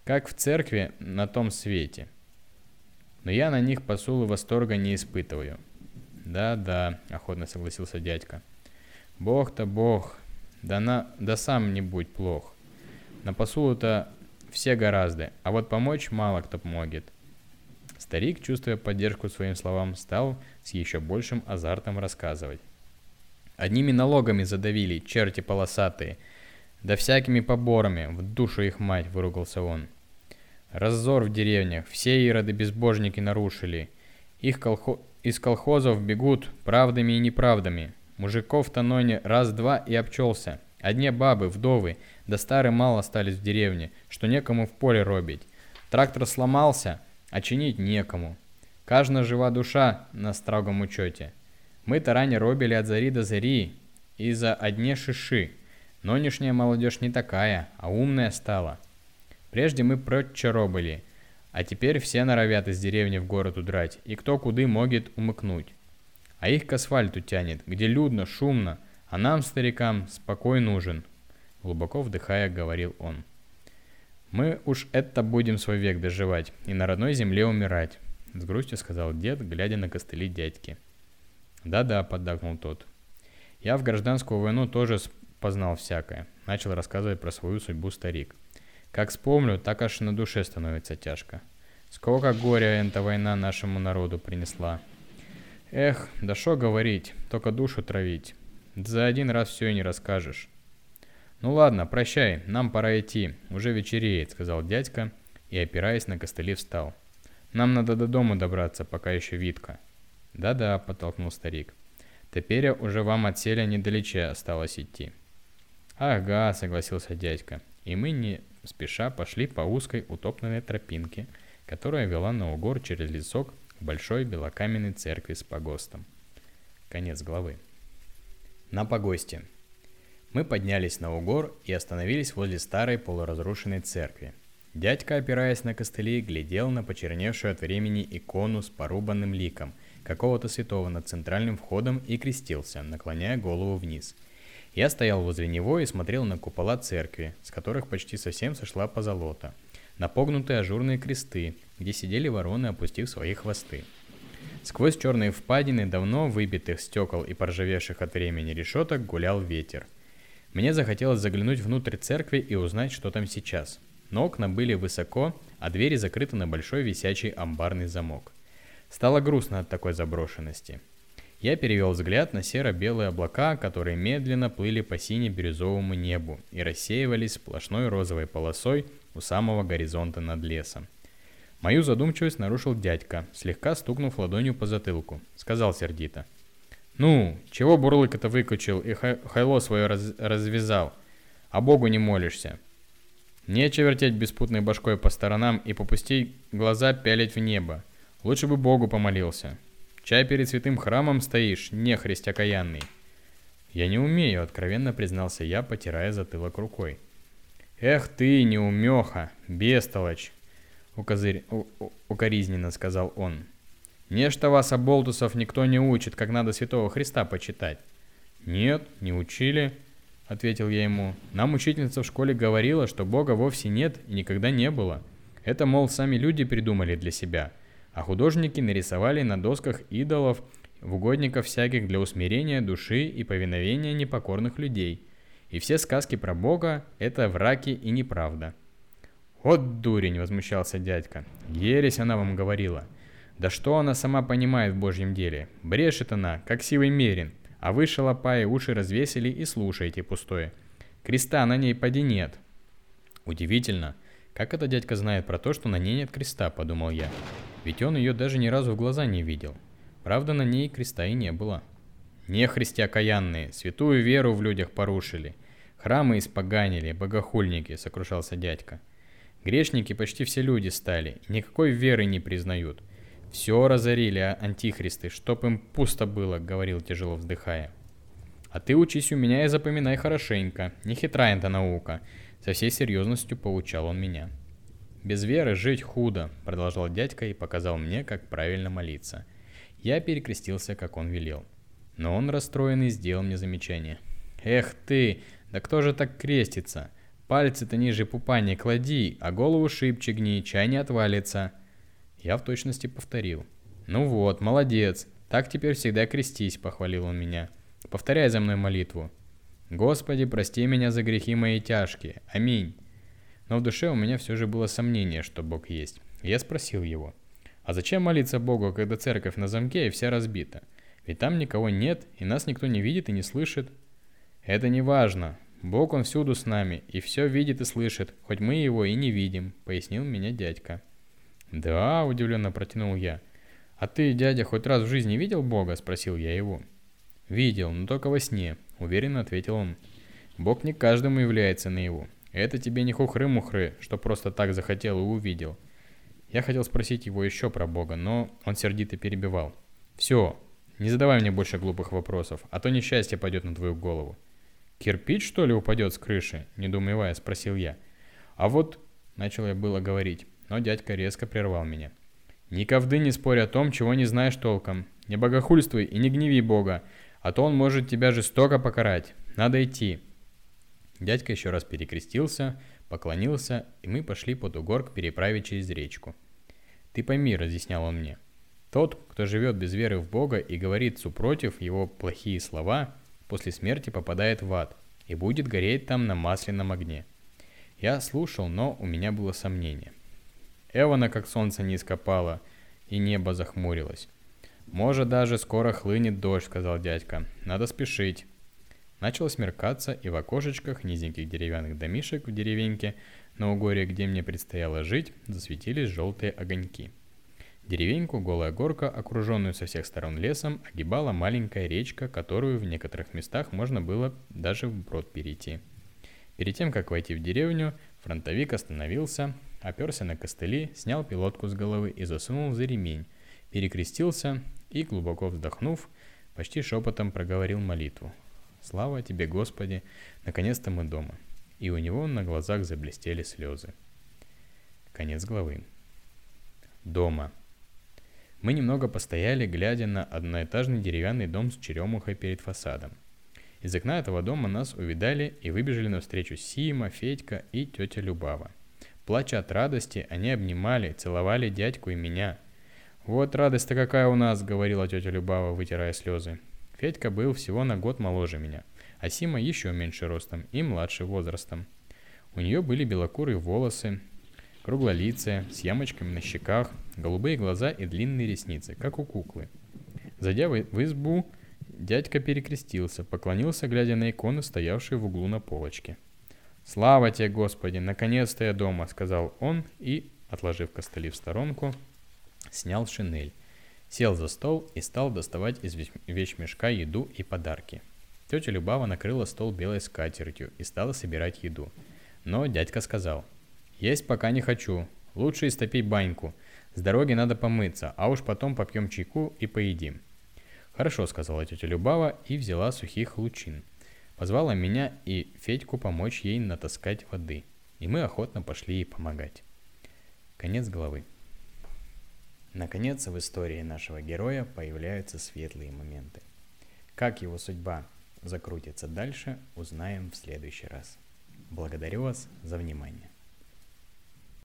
как в церкви на том свете. Но я на них посулы восторга не испытываю. Да, охотно согласился дядька. Бог-то Бог, да сам не будь плох. На посулу-то все гораздо, а вот помочь мало кто может. Старик, чувствуя поддержку своим словам, стал с еще большим азартом рассказывать. Одними налогами задавили, черти полосатые, да всякими поборами, в душу их мать, выругался он. Раззор в деревнях, все ироды-безбожники нарушили. Из колхозов бегут правдами и неправдами. Мужиков-то ноне раз-два и обчелся. Одни бабы, вдовы, да старые мало остались в деревне, что некому в поле робить. Трактор сломался, а чинить некому. Каждая жива душа на строгом учете. Мы-то ранее робили от зари до зари, и за одни шиши. Нонешняя молодежь не такая, а умная стала. Прежде мы прочь робили, а теперь все норовят из деревни в город удрать, и кто куды может умыкнуть. А их к асфальту тянет, где людно, шумно, а нам, старикам, спокой нужен, глубоко вдыхая, говорил он. Мы уж это будем свой век доживать и на родной земле умирать, с грустью сказал дед, глядя на костыли дядьки. Да, поддакнул тот. Я в гражданскую войну тоже познал всякое, начал рассказывать про свою судьбу старик. Как вспомню, так аж на душе становится тяжко. Сколько горя эта война нашему народу принесла. Эх, да шо говорить, только душу травить. За один раз все и не расскажешь. Ну ладно, прощай, нам пора идти, уже вечереет, сказал дядька и, опираясь на костыли, встал. Нам надо до дому добраться, пока еще видко. Да, подтолкнул старик. Теперь уже вам от селя недалече осталось идти. Ага, согласился дядька, и мы не спеша пошли по узкой утоптанной тропинке, которая вела на угор через лесок к большой белокаменной церкви с погостом. Конец главы. На погосте. Мы поднялись на угор и остановились возле старой полуразрушенной церкви. Дядька, опираясь на костыли, глядел на почерневшую от времени икону с порубанным ликом какого-то святого над центральным входом и крестился, наклоняя голову вниз. Я стоял возле него и смотрел на купола церкви, с которых почти совсем сошла позолота, на погнутые ажурные кресты, где сидели вороны, опустив свои хвосты. Сквозь черные впадины давно выбитых стекол и поржавевших от времени решеток гулял ветер. Мне захотелось заглянуть внутрь церкви и узнать, что там сейчас. Но окна были высоко, а двери закрыты на большой висячий амбарный замок. Стало грустно от такой заброшенности. Я перевел взгляд на серо-белые облака, которые медленно плыли по сине-бирюзовому небу и рассеивались сплошной розовой полосой у самого горизонта над лесом. Мою задумчивость нарушил дядька, слегка стукнув ладонью по затылку. Сказал сердито. «Ну, чего бурлык-то выкучил и хайло свое развязал, а Богу не молишься? Нечего вертеть беспутной башкой по сторонам и попусти глаза пялить в небо. Лучше бы Богу помолился. Чай перед святым храмом стоишь, нехрист окаянный». «Я не умею», — откровенно признался я, потирая затылок рукой. «Эх ты, неумеха, бестолочь!» — укоризненно сказал он. «Нечто вас, оболтусов, никто не учит, как надо святого Христа почитать». «Нет, не учили», — ответил я ему. «Нам учительница в школе говорила, что Бога вовсе нет и никогда не было. Это, мол, сами люди придумали для себя, а художники нарисовали на досках идолов, угодников всяких для усмирения души и повиновения непокорных людей. И все сказки про Бога — это враки и неправда». «Вот дурень!» — возмущался дядька. «Ересь она вам говорила. Да что она сама понимает в Божьем деле? Брешет она, как сивый мерин, а вы, шалопаи, уши развесили и слушаете пустое. Креста на ней поди нет». «Удивительно, как это дядька знает про то, что на ней нет креста?» — подумал я. Ведь он ее даже ни разу в глаза не видел. Правда, на ней креста и не было. «Нехристи окаянные, святую веру в людях порушили. Храмы испоганили, богохульники», — сокрушался дядька. «Грешники почти все люди стали, никакой веры не признают. Все разорили, антихристы, чтоб им пусто было», — говорил, тяжело вздыхая. «А ты учись у меня и запоминай хорошенько, не хитрая эта наука», — со всей серьезностью поучал он меня. «Без веры жить худо», — продолжал дядька и показал мне, как правильно молиться. Я перекрестился, как он велел. Но он, расстроенный, сделал мне замечание. «Эх ты, да кто же так крестится? Пальцы-то ниже пупа не клади, а голову шибче гни, чай не отвалится. Я в точности повторил. Ну вот, молодец, так теперь всегда крестись, похвалил он меня. Повторяй за мной молитву. Господи, прости меня за грехи мои тяжкие. Аминь. Но в душе у меня все же было сомнение, что Бог есть. Я спросил его, а зачем молиться Богу, когда церковь на замке и вся разбита? Ведь там никого нет, и нас никто не видит и не слышит. Это не важно. Бог, Он всюду с нами, и все видит и слышит, хоть мы его и не видим, пояснил меня дядька. Да, удивленно протянул я. А ты, дядя, хоть раз в жизни видел Бога? Спросил я его. Видел, но только во сне, уверенно ответил он. Бог не каждому является наяву. Это тебе не хухры-мухры, что просто так захотел и увидел. Я хотел спросить его еще про Бога, но он сердито перебивал. Все, не задавай мне больше глупых вопросов, а то несчастье пойдет на твою голову. Кирпич, что ли, упадет с крыши? Недоумевая, спросил я. А вот, начал я было говорить, но дядька резко прервал меня. Никогда не спорь о том, чего не знаешь толком. Не богохульствуй и не гневи Бога, а то он может тебя жестоко покарать. Надо идти. Дядька еще раз перекрестился, поклонился, и мы пошли под угор к переправе через речку. Ты пойми, разъяснял он мне, тот, кто живет без веры в Бога и говорит супротив его плохие слова, после смерти попадает в ад и будет гореть там на масляном огне. Я слушал, но у меня было сомнение. Эвана, как солнце низко пало, и небо захмурилось. «Может, даже скоро хлынет дождь», — сказал дядька. «Надо спешить». Начало смеркаться, и в окошечках низеньких деревянных домишек в деревеньке на Угоре, где мне предстояло жить, засветились желтые огоньки. Деревеньку, голая горка, окруженную со всех сторон лесом, огибала маленькая речка, которую в некоторых местах можно было даже вброд перейти. Перед тем, как войти в деревню, фронтовик остановился, оперся на костыли, снял пилотку с головы и засунул за ремень, перекрестился и, глубоко вздохнув, почти шепотом проговорил молитву. «Слава тебе, Господи! Наконец-то мы дома!» И у него на глазах заблестели слезы. Конец главы. Дома. Мы немного постояли, глядя на одноэтажный деревянный дом с черемухой перед фасадом. Из окна этого дома нас увидали и выбежали навстречу Сима, Федька и тетя Любава. Плача от радости, они обнимали, целовали дядьку и меня. «Вот радость-то какая у нас!» — говорила тетя Любава, вытирая слезы. Федька был всего на год моложе меня, а Сима еще меньше ростом и младше возрастом. У нее были белокурые волосы, круглолицая, с ямочками на щеках, голубые глаза и длинные ресницы, как у куклы. Зайдя в избу, дядька перекрестился, поклонился, глядя на иконы, стоявшие в углу на полочке. «Слава тебе, Господи! Наконец-то я дома!» — сказал он и, отложив костыли в сторонку, снял шинель. Сел за стол и стал доставать из вещмешка еду и подарки. Тетя Любава накрыла стол белой скатертью и стала собирать еду. Но дядька сказал: «Есть пока не хочу. Лучше истопить баньку. С дороги надо помыться, а уж потом попьем чайку и поедим». «Хорошо», — сказала тетя Любава и взяла сухих лучин. Позвала меня и Федьку помочь ей натаскать воды. И мы охотно пошли ей помогать. Конец главы. Наконец, в истории нашего героя появляются светлые моменты. Как его судьба закрутится дальше, узнаем в следующий раз. Благодарю вас за внимание.